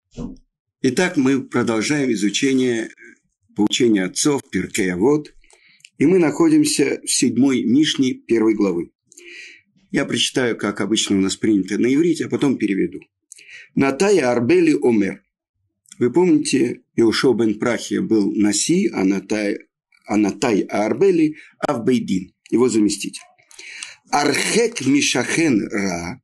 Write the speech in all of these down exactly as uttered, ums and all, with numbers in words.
Итак, мы продолжаем изучение поучения отцов Перкей Авот, и мы находимся в седьмой Мишне первой главы. Я прочитаю, как обычно у нас принято на иврите, а потом переведу. Натая Арбели Омер. Вы помните, Иошуа бен Прахия был Наси, а Натай, а Натай Арбели Авбейдин, его заместитель. Архек Мишахен Ра.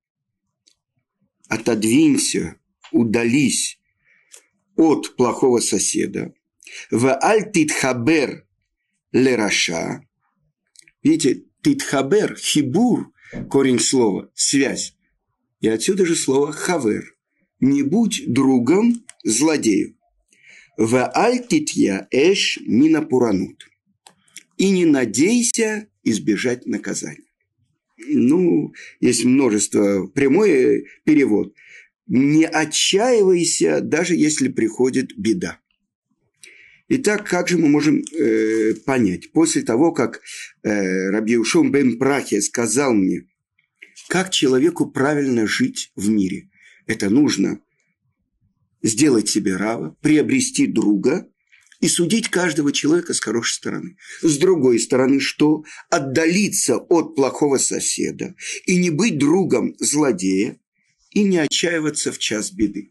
Отодвинься, удались от плохого соседа. В аль титхабер лераша. Видите, титхабер, хибур, корень слова, связь. И отсюда же слово хавер. Не будь другом злодею. В аль титья эш минапуранут. И не надейся избежать наказания. Ну, есть множество, прямой перевод. Не отчаивайся, даже если приходит беда. Итак, как же мы можем э, понять? После того, как э, Раби Иошуа бен Прахия сказал мне, как человеку правильно жить в мире, это нужно сделать себе рава, приобрести друга и судить каждого человека с хорошей стороны. С другой стороны, что? Отдалиться от плохого соседа и не быть другом злодея и не отчаиваться в час беды.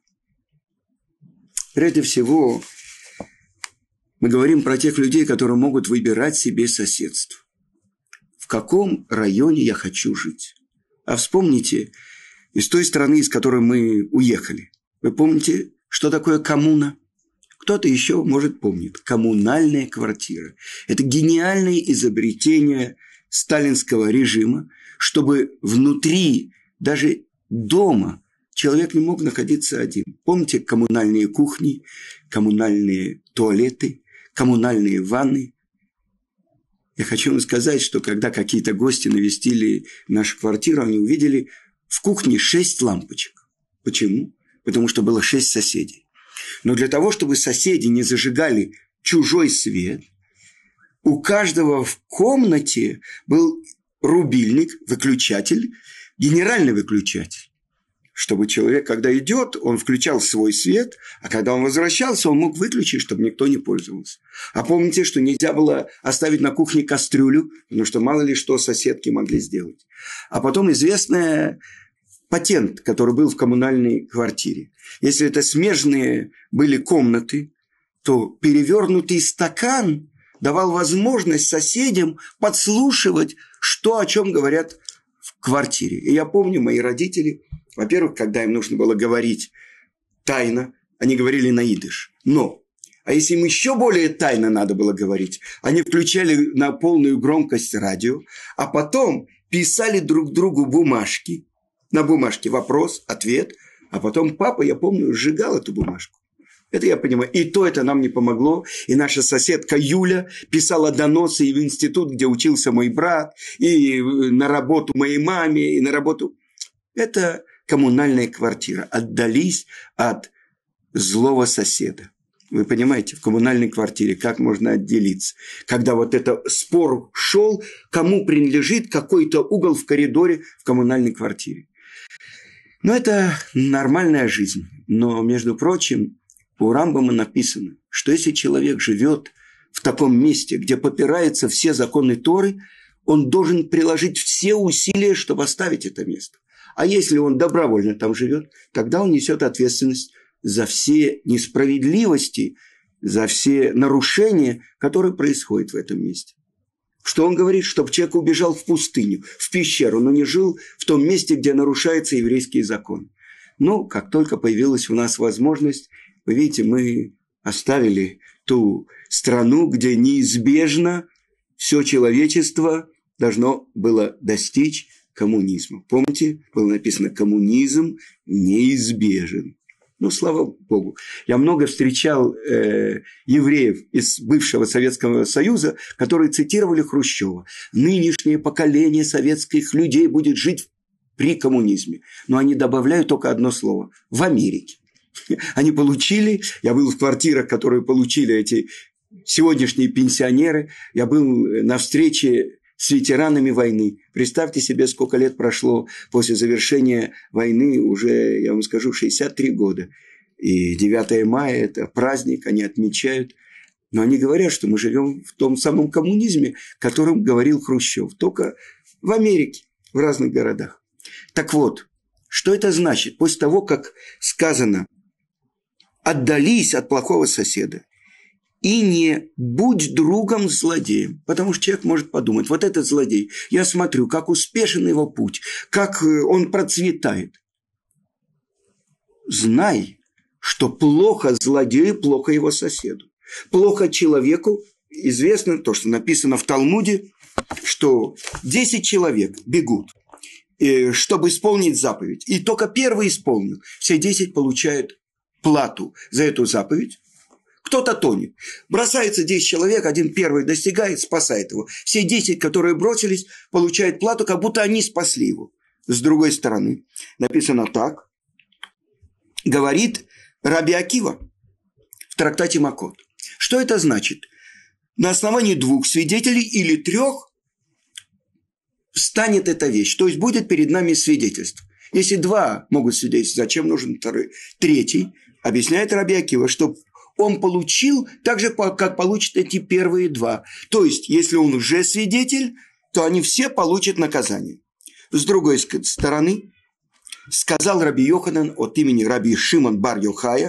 Прежде всего, мы говорим про тех людей, которые могут выбирать себе соседство. В каком районе я хочу жить? А вспомните, из той страны, из которой мы уехали. Вы помните, что такое коммуна? Кто-то еще, может, помнит. Коммунальная квартира. Это гениальное изобретение сталинского режима, чтобы внутри даже дома человек не мог находиться один. Помните коммунальные кухни, коммунальные туалеты, коммунальные ванны? Я хочу вам сказать, что когда какие-то гости навестили нашу квартиру, они увидели в кухне шесть лампочек. Почему? Потому что было шесть соседей. Но для того, чтобы соседи не зажигали чужой свет, у каждого в комнате был рубильник, выключатель, генеральный выключатель. Чтобы человек, когда идет, он включал свой свет, а когда он возвращался, он мог выключить, чтобы никто не пользовался. А помните, что нельзя было оставить на кухне кастрюлю, потому что мало ли что соседки могли сделать. А потом известная патент, который был в коммунальной квартире. Если это смежные были комнаты, то перевернутый стакан давал возможность соседям подслушивать, что о чем говорят в квартире. И я помню, мои родители, во-первых, когда им нужно было говорить тайно, они говорили на идиш. Но, а если им еще более тайно надо было говорить, они включали на полную громкость радио, а потом писали друг другу бумажки. На бумажке вопрос, ответ, а потом папа, я помню, сжигал эту бумажку. Это я понимаю. И то это нам не помогло. И наша соседка Юля писала доносы и в институт, где учился мой брат, и на работу моей маме, и на работу. Это коммунальная квартира. Отдались от злого соседа. Вы понимаете, в коммунальной квартире как можно отделиться? Когда вот этот спор шел, кому принадлежит какой-то угол в коридоре в коммунальной квартире. Но это нормальная жизнь. Но, между прочим, у Рамбама написано, что если человек живет в таком месте, где попираются все законы Торы, он должен приложить все усилия, чтобы оставить это место. А если он добровольно там живет, тогда он несет ответственность за все несправедливости, за все нарушения, которые происходят в этом месте. Что он говорит? Чтобы человек убежал в пустыню, в пещеру, но не жил в том месте, где нарушаются еврейские законы. Но как только появилась у нас возможность, вы видите, мы оставили ту страну, где неизбежно все человечество должно было достичь коммунизма. Помните, было написано «коммунизм неизбежен». Ну, слава Богу. Я много встречал э, евреев из бывшего Советского Союза, которые цитировали Хрущева. Нынешнее поколение советских людей будет жить при коммунизме. Но они добавляют только одно слово – в Америке. Они получили, я был в квартирах, которые получили эти сегодняшние пенсионеры, я был на встрече с ветеранами войны. Представьте себе, сколько лет прошло после завершения войны, уже, я вам скажу, шестьдесят три года. и девятое мая – это праздник, они отмечают. Но они говорят, что мы живем в том самом коммунизме, о котором говорил Хрущев, только в Америке, в разных городах. Так вот, что это значит? После того, как сказано «отдались от плохого соседа», и не будь другом злодеем. Потому что человек может подумать, вот этот злодей, я смотрю, как успешен его путь, как он процветает. Знай, что плохо злодею, плохо его соседу. Плохо человеку. Известно то, что написано в Талмуде, что десять человек бегут, чтобы исполнить заповедь. И только первый исполнил. Все десять получают плату за эту заповедь. Кто-то тонет. Бросается десять человек, один первый достигает, спасает его. Все десять, которые бросились, получают плату, как будто они спасли его. С другой стороны, написано так. Говорит Раби Акива в трактате Макот. Что это значит? На основании двух свидетелей или трех станет эта вещь. То есть будет перед нами свидетельство. Если два могут свидетельствовать, зачем нужен второй? Третий. Объясняет Раби Акива, что он получил так же, как получат эти первые два. То есть, если он уже свидетель, то они все получат наказание. С другой стороны, сказал Раби Йоханан от имени Раби Шимон бар Йохая,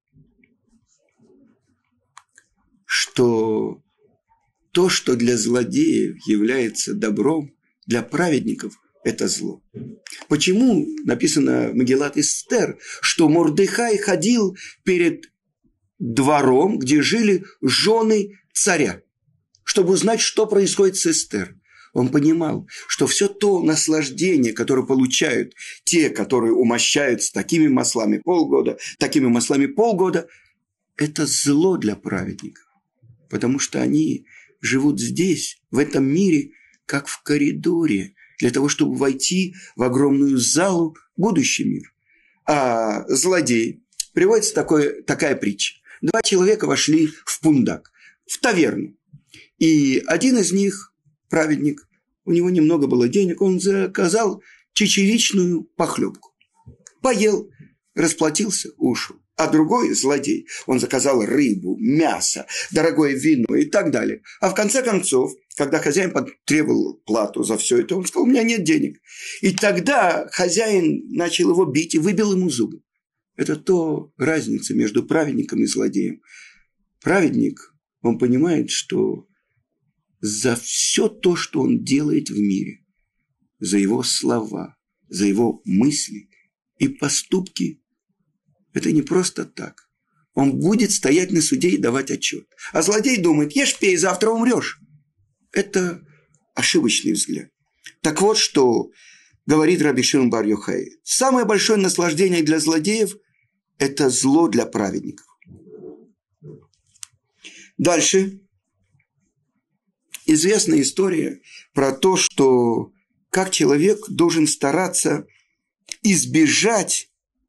что то, что для злодеев является добром, для праведников – это зло. Почему написано в Мегилат Эстер, что Мордехай ходил перед двором, где жили жены царя, чтобы узнать, что происходит с Эстер? Он понимал, что все то наслаждение, которое получают те, которые умощаются такими маслами полгода, такими маслами полгода, это зло для праведников, потому что они живут здесь, в этом мире, как в коридоре, для того, чтобы войти в огромную залу, будущий мир. А злодей, приводится такое, такая притча. Два человека вошли в пундак, в таверну. И один из них, праведник, у него немного было денег, он заказал чечевичную похлебку. Поел, расплатился, ушел. А другой злодей, он заказал рыбу, мясо, дорогое вино и так далее. А в конце концов, когда хозяин потребовал плату за все это, он сказал, у меня нет денег. И тогда хозяин начал его бить и выбил ему зубы. Это то разница между праведником и злодеем. Праведник, он понимает, что за все то, что он делает в мире, за его слова, за его мысли и поступки, это не просто так. Он будет стоять на суде и давать отчет. А злодей думает, ешь, пей, завтра умрешь. Это ошибочный взгляд. Так вот, что говорит Раби Шимон бар Йохай. Самое большое наслаждение для злодеев – это зло для праведников. Дальше. Известная история про то, что как человек должен стараться избежать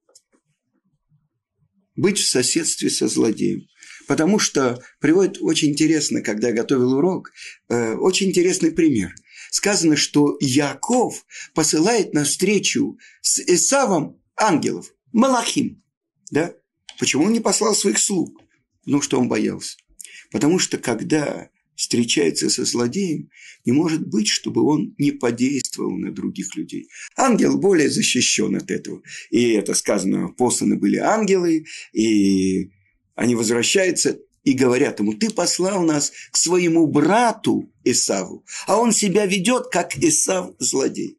быть в соседстве со злодеем. Потому что приводит очень интересно, когда я готовил урок, э, очень интересный пример. Сказано, что Яаков посылает навстречу с Эсавом ангелов, малахим. Да? Почему он не послал своих слуг? Ну, что он боялся. Потому что, когда встречается со злодеем, не может быть, чтобы он не подействовал на других людей. Ангел более защищен от этого. И это сказано, посланы были ангелы, и они возвращаются и говорят ему, ты послал нас к своему брату Эсаву, а он себя ведет, как Эсав злодей.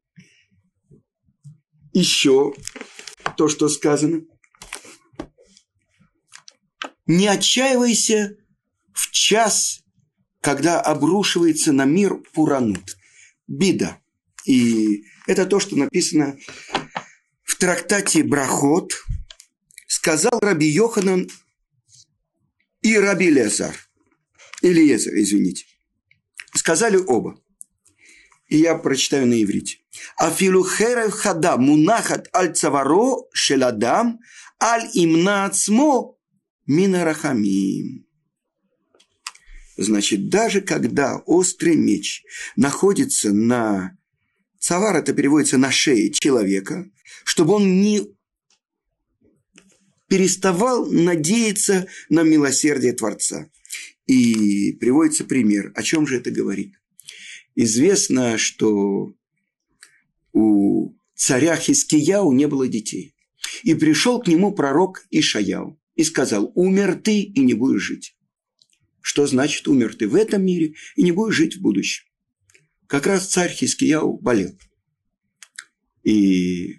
Еще то, что сказано. Не отчаивайся в час, когда обрушивается на мир пуранут, беда. И это то, что написано в трактате Брахот. Сказал Раби Йоханан и Раби Элиэзер. Элиэзер, извините. Сказали оба. И я прочитаю на иврите. Афилу херев хада мунахат аль цаваро шеладам аль имна ацмо минарахамим. Значит, даже когда острый меч находится на... Цавар, это переводится на шее человека, чтобы он не переставал надеяться на милосердие Творца. И приводится пример. О чем же это говорит? Известно, что у царя Хискияу не было детей. И пришел к нему пророк Ишаяу и сказал: умер ты и не будешь жить. Что значит умер ты в этом мире и не будешь жить в будущем? Как раз царь Хискияу болел. И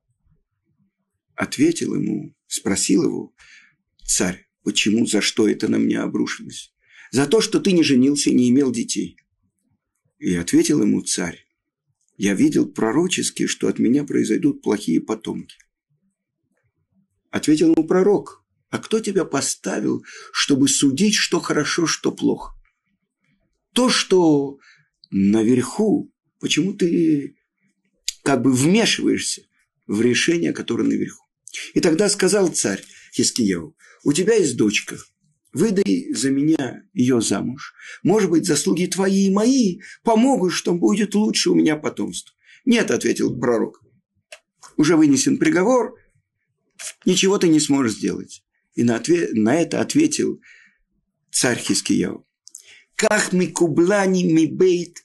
ответил ему, спросил его царь: почему, за что это на меня обрушилось? За то, что ты не женился и не имел детей. И ответил ему царь: я видел пророчески, что от меня произойдут плохие потомки. Ответил ему пророк: а кто тебя поставил, чтобы судить, что хорошо, что плохо? То, что наверху, почему ты как бы вмешиваешься в решение, которое наверху? И тогда сказал царь Хискияу: у тебя есть дочка, выдай за меня ее замуж. Может быть, заслуги твои и мои помогут, что будет лучше у меня потомство. Нет, ответил пророк, уже вынесен приговор, ничего ты не сможешь сделать. И на, ответ, на это ответил царь Хискияу: «Ках микублани мибейт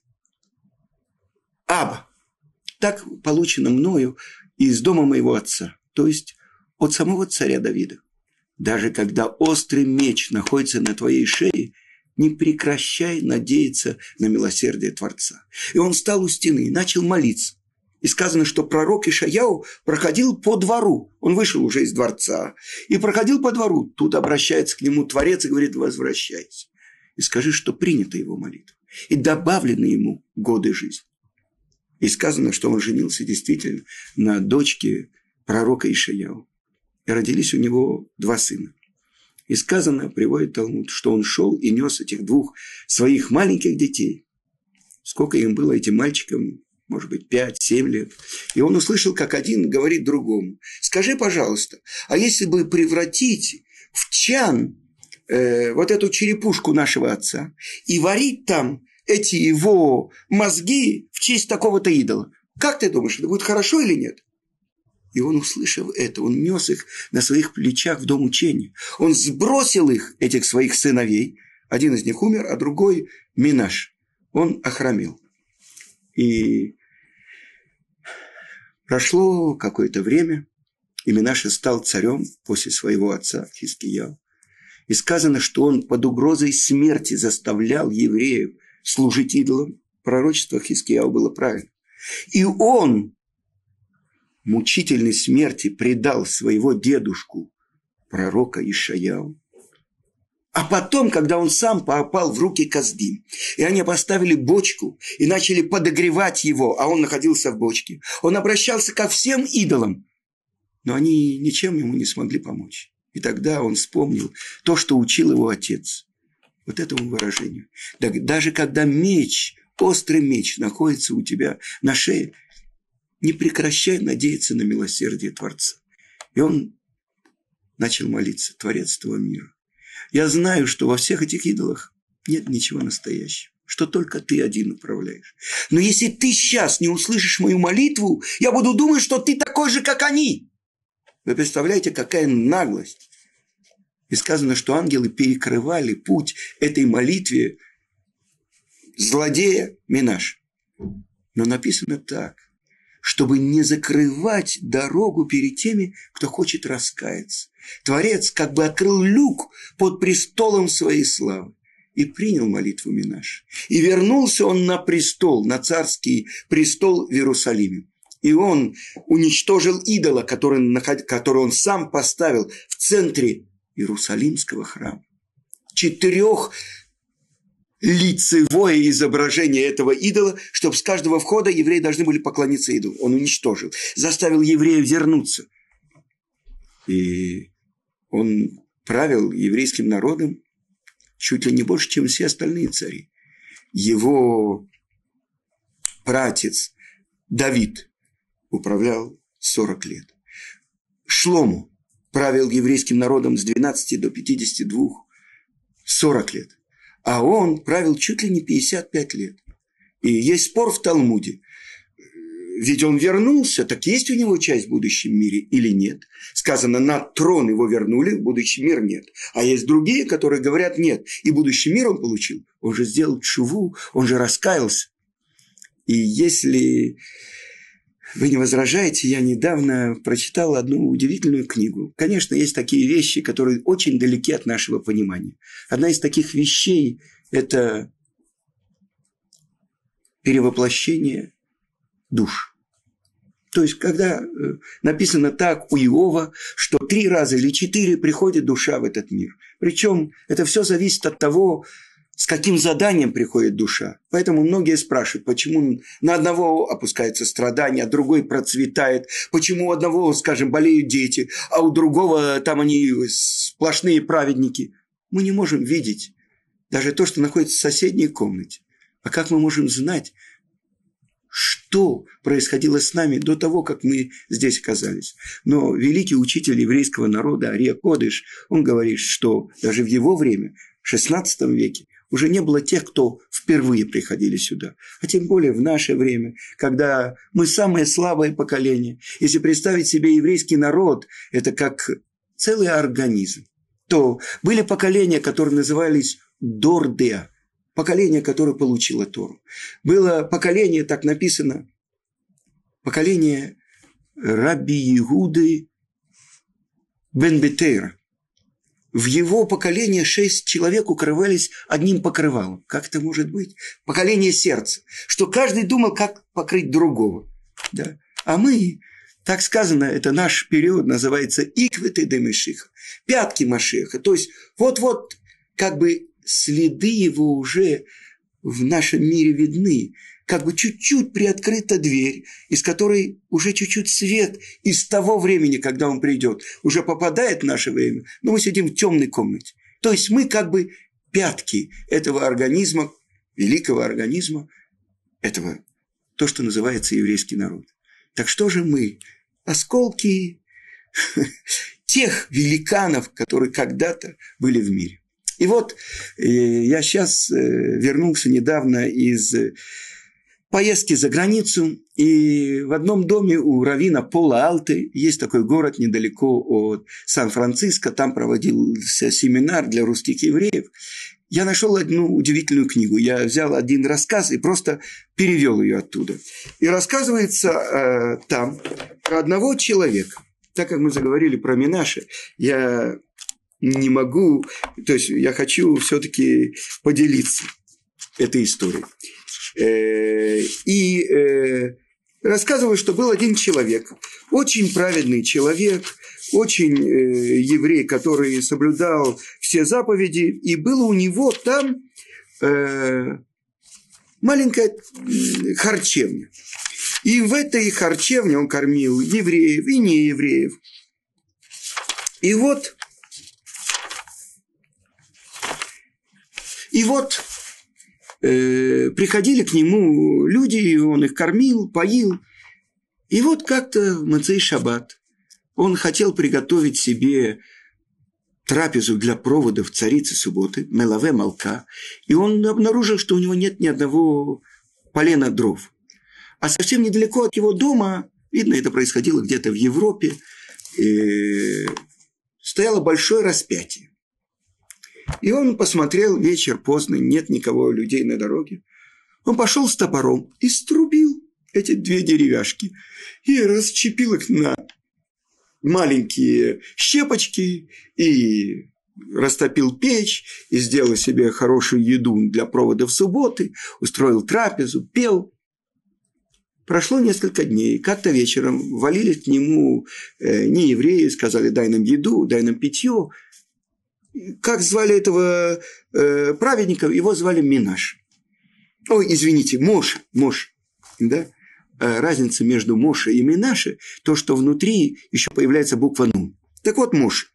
аба». Так получено мною из дома моего отца, то есть от самого царя Давида. Даже когда острый меч находится на твоей шее, не прекращай надеяться на милосердие Творца. И он встал у стены и начал молиться. И сказано, что пророк Ишаяу проходил по двору. Он вышел уже из дворца и проходил по двору. Тут обращается к нему Творец и говорит: возвращайся. И скажи, что принята его молитва. И добавлены ему годы жизни. И сказано, что он женился действительно на дочке пророка Ишаяу. И родились у него два сына. И сказано, приводит Талмуд, что он шел и нес этих двух своих маленьких детей. Сколько им было, этим мальчикам? Может быть, пять-семь лет. И он услышал, как один говорит другому: скажи, пожалуйста, а если бы превратить в чан э, вот эту черепушку нашего отца и варить там эти его мозги в честь такого-то идола, как ты думаешь, это будет хорошо или нет? И он, услышав это, он нес их на своих плечах в дом учения. Он сбросил их, этих своих сыновей. Один из них умер, а другой, Минаш, он охромел. И прошло какое-то время, и Минаша стал царем после своего отца Хискияу. И сказано, что он под угрозой смерти заставлял евреев служить идолам. Пророчество Хискияу было правильно. И он мучительной смерти предал своего дедушку, пророка Ишаяу. А потом, когда он сам попал в руки Каздим, и они поставили бочку и начали подогревать его, а он находился в бочке, он обращался ко всем идолам, но они ничем ему не смогли помочь. И тогда он вспомнил то, что учил его отец. Вот этому выражению. Даже когда меч, острый меч находится у тебя на шее, не прекращай надеяться на милосердие Творца. И он начал молиться: Творец этого мира, я знаю, что во всех этих идолах нет ничего настоящего, что только ты один управляешь. Но если ты сейчас не услышишь мою молитву, я буду думать, что ты такой же, как они. Вы представляете, какая наглость. И сказано, что ангелы перекрывали путь этой молитве злодея Минаш. Но написано так: чтобы не закрывать дорогу перед теми, кто хочет раскаяться. Творец как бы открыл люк под престолом своей славы и принял молитву Минаша. И вернулся он на престол, на царский престол в Иерусалиме. И он уничтожил идола, который, который он сам поставил в центре Иерусалимского храма. Четырех лицевое изображение этого идола, чтобы с каждого входа евреи должны были поклониться идолу. Он уничтожил, заставил евреев вернуться. И он правил еврейским народом чуть ли не больше, чем все остальные цари. Его пратец Давид управлял сорок лет. Шлому правил еврейским народом с двенадцати до пятидесяти двух сорок лет. А он правил чуть ли не пятьдесят пять лет. И есть спор в Талмуде. ведь он вернулся, так есть у него часть в будущем мире или нет? Сказано, на трон его вернули, в будущий мир нет. А есть другие, которые говорят, нет, и будущий мир он получил. Он же сделал тшуву, он же раскаялся. И если вы не возражаете, я недавно прочитал одну удивительную книгу. Конечно, есть такие вещи, которые очень далеки от нашего понимания. Одна из таких вещей – это перевоплощение душ. То есть, когда написано так у Иова, что три раза или четыре приходит душа в этот мир. Причем это все зависит от того, с каким заданием приходит душа. Поэтому многие спрашивают, почему на одного опускается страдание, а другой процветает, почему у одного, скажем, болеют дети, а у другого там они сплошные праведники. Мы не можем видеть даже то, что находится в соседней комнате. А как мы можем знать, что происходило с нами до того, как мы здесь оказались? Но великий учитель еврейского народа Ария Кодеш, он говорит, что даже в его время, в шестнадцатом веке, уже не было тех, кто впервые приходили сюда. А тем более в наше время, когда мы самое слабое поколение. Если представить себе еврейский народ, это как целый организм, то были поколения, которые назывались Дордеа, поколение, которое получило Тору. Было поколение, так написано, поколение Раби Иуды бен Бетейра. В его поколении шесть человек укрывались одним покрывалом. Как это может быть? Поколение сердца. Что каждый думал, как покрыть другого. Да? А мы, так сказано, это наш период, называется Икветы де Мешиха. Пятки Машеха. То есть, вот-вот, как бы следы его уже в нашем мире видны. Как бы чуть-чуть приоткрыта дверь, из которой уже чуть-чуть свет из того времени, когда он придет, уже попадает в наше время, но мы сидим в темной комнате. То есть мы как бы пятки этого организма, великого организма, этого, то, что называется еврейский народ. Так что же мы? Осколки тех великанов, которые когда-то были в мире. И вот я сейчас вернулся недавно из поездки за границу, и в одном доме у раввина Пола Алты, есть такой город недалеко от Сан-Франциско, там проводился семинар для русских евреев. Я нашел одну удивительную книгу. Я взял один рассказ и просто перевел ее оттуда. И рассказывается э, там про одного человека. Так как мы заговорили про Менаше, я не могу, то есть я хочу все-таки поделиться этой историей. И э, рассказываю, что был один человек, очень праведный человек, очень э, еврей, который соблюдал все заповеди, и было у него там э, маленькая харчевня. И в этой харчевне он кормил евреев и неевреев. И вот, и вот приходили к нему люди, и он их кормил, поил. И вот как-то в Моцей Шаббат он хотел приготовить себе трапезу для проводов царицы субботы, Мелаве Малка, и он обнаружил, что у него нет ни одного полена дров. А совсем недалеко от его дома, видно, это происходило где-то в Европе, стояло большое распятие. И он посмотрел, вечер поздно, нет никого, людей на дороге. Он пошел с топором и струбил эти две деревяшки и расщепил их на маленькие щепочки и растопил печь, и сделал себе хорошую еду для проводов субботы, устроил трапезу, пел. Прошло несколько дней, как-то вечером валились к нему э, неевреи, сказали: дай нам еду, дай нам питье. Как звали этого э, праведника? Его звали Минаш. Ой, извините, Моше, Моше, да? Разница между Моше и Минаше, то, что внутри еще появляется буква Нун. Так вот, Моше.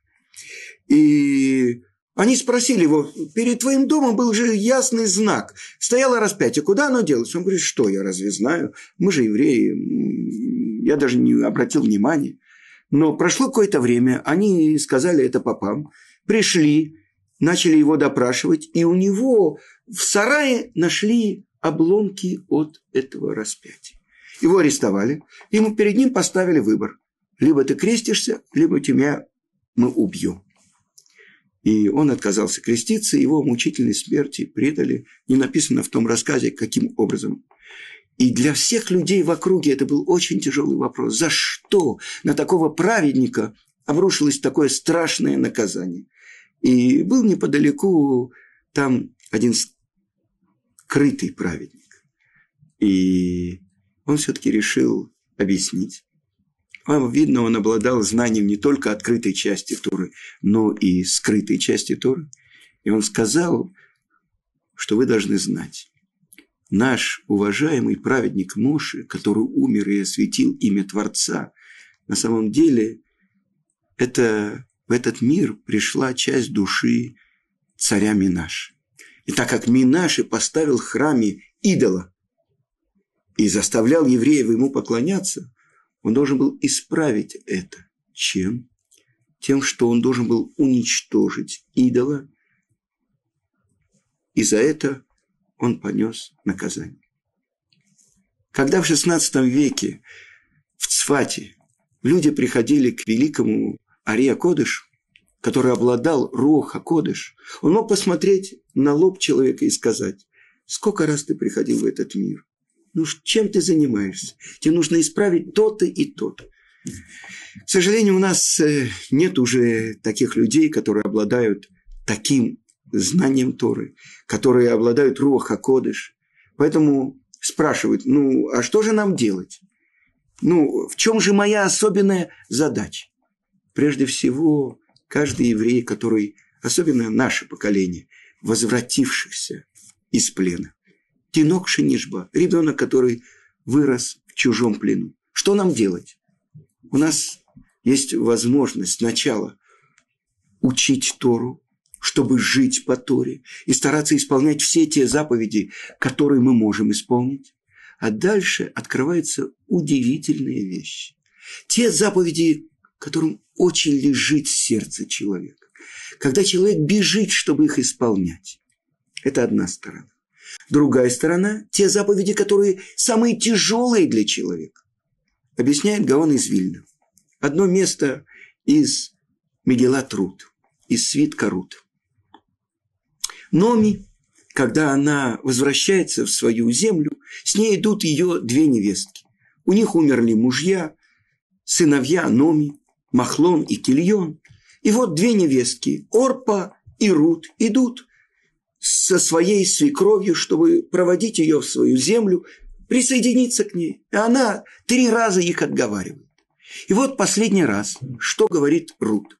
И они спросили его: перед твоим домом был же ясный знак, стояло распятие, куда оно делось? Он говорит: что, я разве знаю? Мы же евреи, я даже не обратил внимания. Но прошло какое-то время, они сказали это попам, пришли, начали его допрашивать, и у него в сарае нашли обломки от этого распятия. Его арестовали, ему перед ним поставили выбор. Либо ты крестишься, либо тебя мы убьем. И он отказался креститься, его мучительной смерти предали. Не написано в том рассказе, каким образом. И для всех людей в округе это был очень тяжелый вопрос. За что на такого праведника обрушилось такое страшное наказание? И был неподалеку там один скрытый праведник. И он все-таки решил объяснить. Видно, он обладал знанием не только открытой части Торы, но и скрытой части Торы. И он сказал, что вы должны знать. Наш уважаемый праведник Моше, который умер и осветил имя Творца, на самом деле это, в этот мир пришла часть души царя Минаши. И так как Минаши поставил в храме идола и заставлял евреев ему поклоняться, он должен был исправить это. Чем? Тем, что он должен был уничтожить идола, и за это он понес наказание. Когда в шестнадцатом веке в Цфате люди приходили к великому Ария Кодыш, который обладал Руах Кодыш, он мог посмотреть на лоб человека и сказать: сколько раз ты приходил в этот мир? Ну, чем ты занимаешься? Тебе нужно исправить то-то и то-то. К сожалению, у нас нет уже таких людей, которые обладают таким знанием Торы, которые обладают Руах ха-Кодеш. Поэтому спрашивают: ну, а что же нам делать? Ну, в чем же моя особенная задача? Прежде всего, каждый еврей, который, особенно наше поколение, возвратившихся из плена, Тинок Шенишба, ребенок, который вырос в чужом плену. Что нам делать? У нас есть возможность сначала учить Тору, чтобы жить по Торе и стараться исполнять все те заповеди, которые мы можем исполнить. А дальше открываются удивительные вещи. Те заповеди, которым очень лежит сердце человека. Когда человек бежит, чтобы их исполнять. Это одна сторона. Другая сторона – те заповеди, которые самые тяжелые для человека. Объясняет Гаон из Вильна. Одно место из Мегилат Рут, из свитка Рут. Номи, когда она возвращается в свою землю, с ней идут ее две невестки. У них умерли мужья, сыновья Номи, Махлон и Кильон. И вот две невестки, Орпа и Рут, идут со своей свекровью, чтобы проводить ее в свою землю, присоединиться к ней. И она три раза их отговаривает. И вот последний раз, что говорит Рут.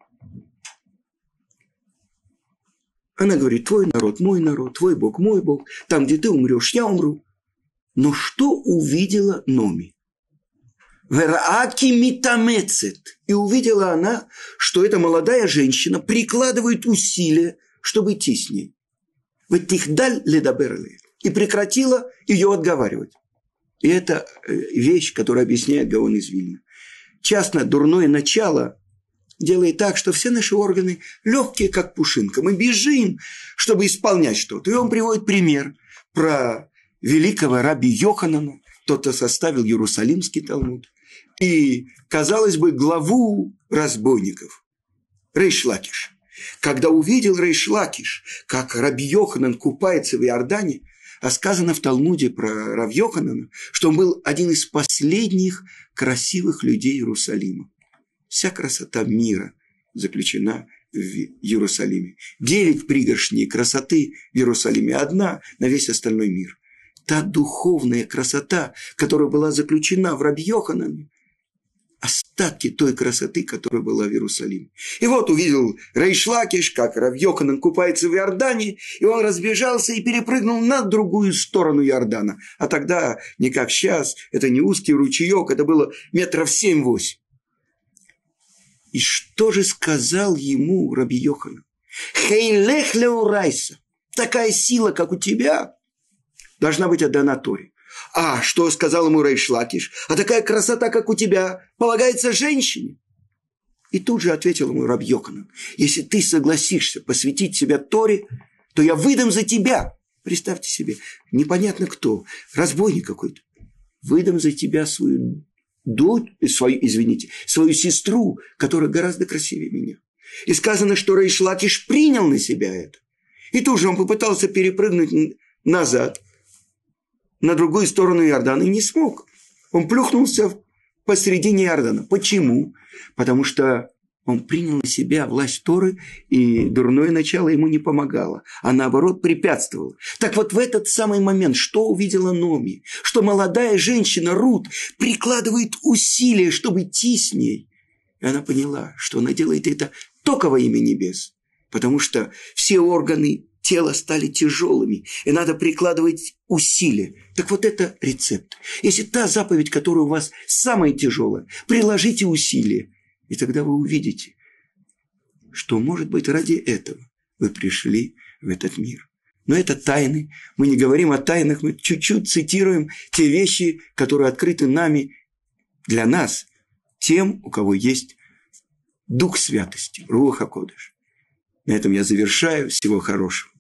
Она говорит: твой народ, мой народ, твой Бог, мой Бог, там, где ты умрешь, я умру. Но что увидела Номи? Верааки митамецет. И увидела она, что эта молодая женщина прикладывает усилия, чтобы идти с ней. Ватихдаль ледаберли. И прекратила ее отговаривать. И это вещь, которую объясняет Гаон из Вильна. Часто дурное начало делает так, что все наши органы легкие, как пушинка. Мы бежим, чтобы исполнять что-то. И он приводит пример про великого раби Йоханана, тот, кто составил Иерусалимский Талмуд, и, казалось бы, главу разбойников, Рейш Лакиш. Когда увидел Рейш Лакиш, как раби Йоханан купается в Иордане, а сказано в Талмуде про раби Йоханана, что он был один из последних красивых людей Иерусалима. Вся красота мира заключена в Иерусалиме. Девять пригоршней красоты в Иерусалиме, одна на весь остальной мир. Та духовная красота, которая была заключена в раби Йоханане, остатки той красоты, которая была в Иерусалиме. И вот увидел Рейш Лакиш, как раби Йоханан купается в Иордане, и он разбежался и перепрыгнул на другую сторону Иордана. А тогда, не как сейчас, это не узкий ручеек, это было метров семь-восемь. И что же сказал ему раби Йоханан? Хейлех леурайса. Такая сила, как у тебя, должна быть отдана Торе. А что сказал ему Рейш Лакиш? А такая красота, как у тебя, полагается женщине. И тут же ответил ему раби Йоханан: если ты согласишься посвятить себя Торе, то я выдам за тебя. Представьте себе, непонятно кто, разбойник какой-то. выдам за тебя свою дочь, свою, извините, свою сестру, которая гораздо красивее меня. И сказано, что Рейш Лакиш принял на себя это. И тут же он попытался перепрыгнуть назад, на другую сторону Иордана, и не смог. Он плюхнулся посередине Иордана. Почему? Потому что он принял на себя власть Торы, и дурное начало ему не помогало, а наоборот препятствовало. Так вот в этот самый момент, что увидела Номи? Что молодая женщина Рут прикладывает усилия, чтобы идти с ней. И она поняла, что она делает это только во имя небес, потому что все органы тела стали тяжелыми, и надо прикладывать усилия. Так вот это рецепт. Если та заповедь, которая у вас самая тяжелая, приложите усилия, и тогда вы увидите, что, может быть, ради этого вы пришли в этот мир. Но это тайны. Мы не говорим о тайнах, мы чуть-чуть цитируем те вещи, которые открыты нами для нас, тем, у кого есть Дух святости, Руах ха-Кодеш. На этом я завершаю. Всего хорошего.